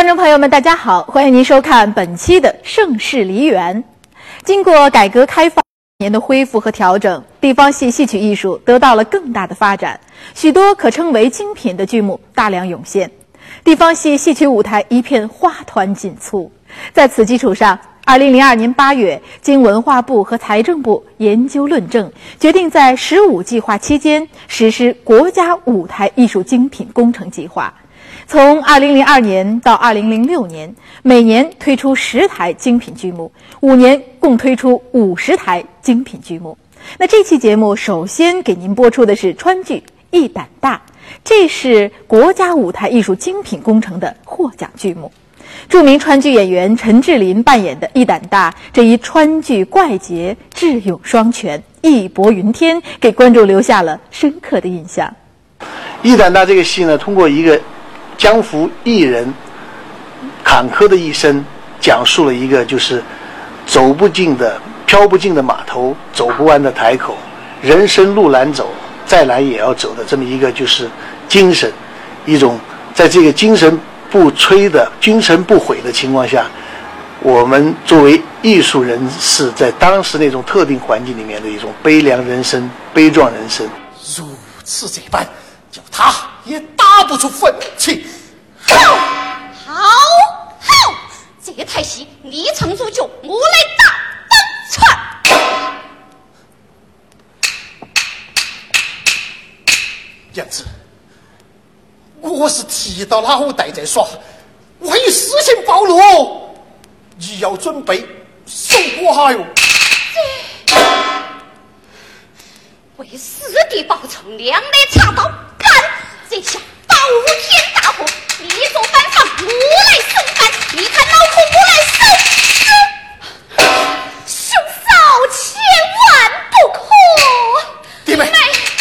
众朋友们，大家好，欢迎您收看本期的《盛世梨园》。经过改革开放年的恢复和调整，地方戏戏曲艺术得到了更大的发展，许多可称为精品的剧目大量涌现，地方戏戏曲舞台一片花团锦簇。在此基础上，2002年8月，经文化部和财政部研究论证，决定在15计划期间实施国家舞台艺术精品工程计划。从2002年到2006年，每年推出10台精品剧目，5年共推出50台精品剧目。那这期节目首先给您播出的是川剧《一胆大》，这是国家舞台艺术精品工程的获奖剧目。著名川剧演员陈志林扮演的一胆大，这一川剧怪杰智勇双全，义薄云天，给观众留下了深刻的印象。 一胆大这个戏呢，通过一个江湖艺人坎坷的一生，讲述了一个就是走不尽的飘不尽的码头，走不完的台口，人生路难走，再来也要走的这么一个就是精神，一种在这个精神不摧的精神不毁的情况下，我们作为艺术人士在当时那种特定环境里面的一种悲凉人生、悲壮人生。 如此这般，叫他也打不出分去。 好，这台戏你唱出就我来打本传。 娘子，我是提到脑袋在耍，万一事情暴露，你要准备受瓜哟。 为师弟报仇，两肋插刀，干这下包天大祸！你做反抗，我来审判，你看老夫我来审兄嫂千万不可！ 弟妹，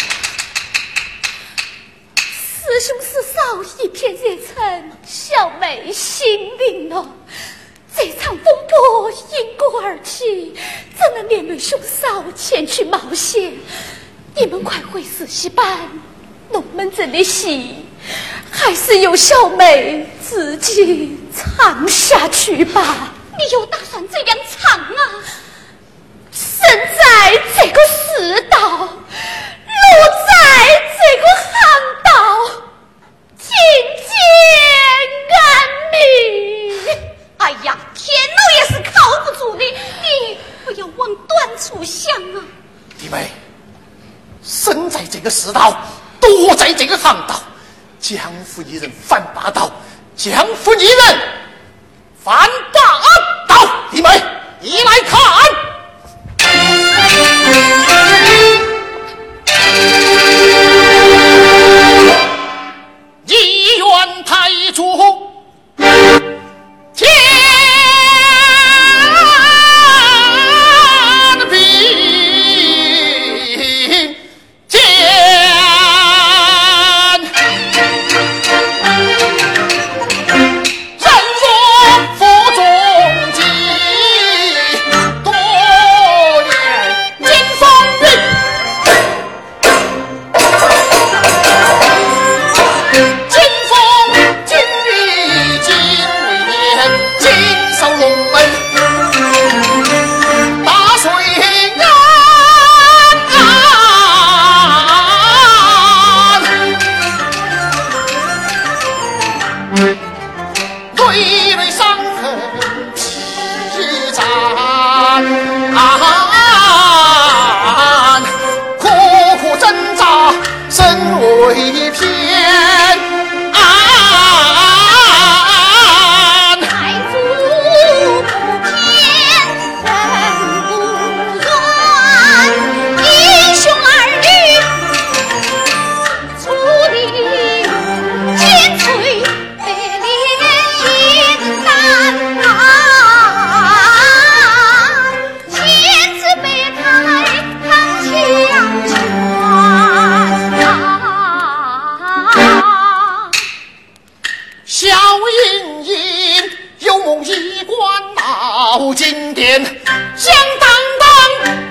师兄师嫂一片热忱，小妹心领了。这场风波因果而起，怎能连累兄嫂前去冒险？你们快回实习班，龙门阵的戏还是由小妹自己唱下去吧。你又打算怎样唱啊？身在这个世道，路在这个航道，境界安民。哎呀，天老爷是靠不住的，你不要往短处想啊。 弟妹，身在这个世道，躲在这个航道，江湖一人反霸道，江湖一人反霸道。弟妹，你来看。一员台主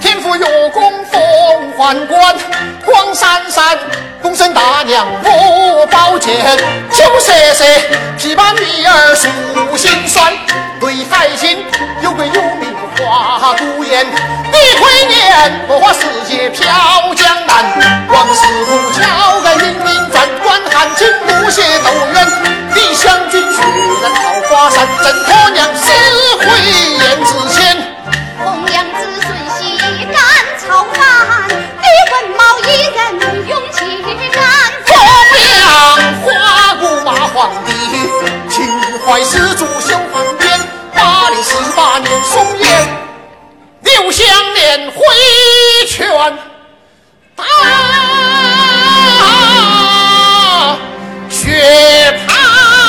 关关黄珊珊，公孙大娘不我宝剑酒色色，琵琶女儿诉心酸。对海心有贵有名花独艳，李龟年我花世界飘江南。王师傅敲个英明战官汉卿不屑斗远，李香君血染桃花山，镇婆娘死回燕子前。 红娘子顺西赶草翻，李文茂一人勇气干。 红娘花鼓马皇帝，秦淮始祖修汉典，808年松烟，刘香莲挥拳打血盘。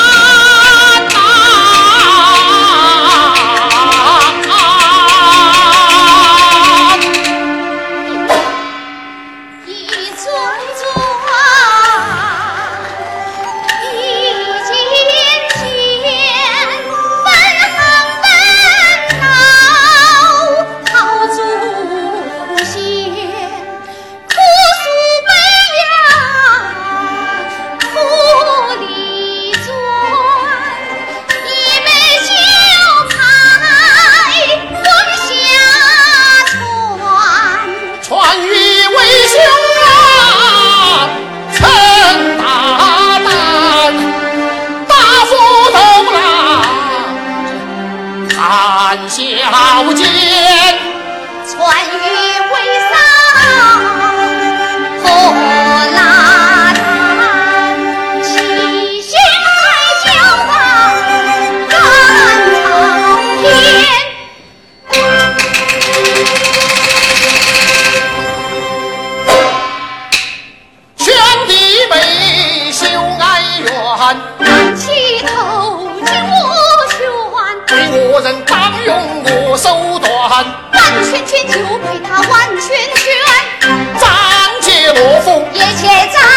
小剑穿越为上破拉弹，七星海角望赶朝天。 宣帝北修哀怨， 昂起头尽我权， 对我人当用我手段， 完全全就被他完全全， 斩解罗峰也且斩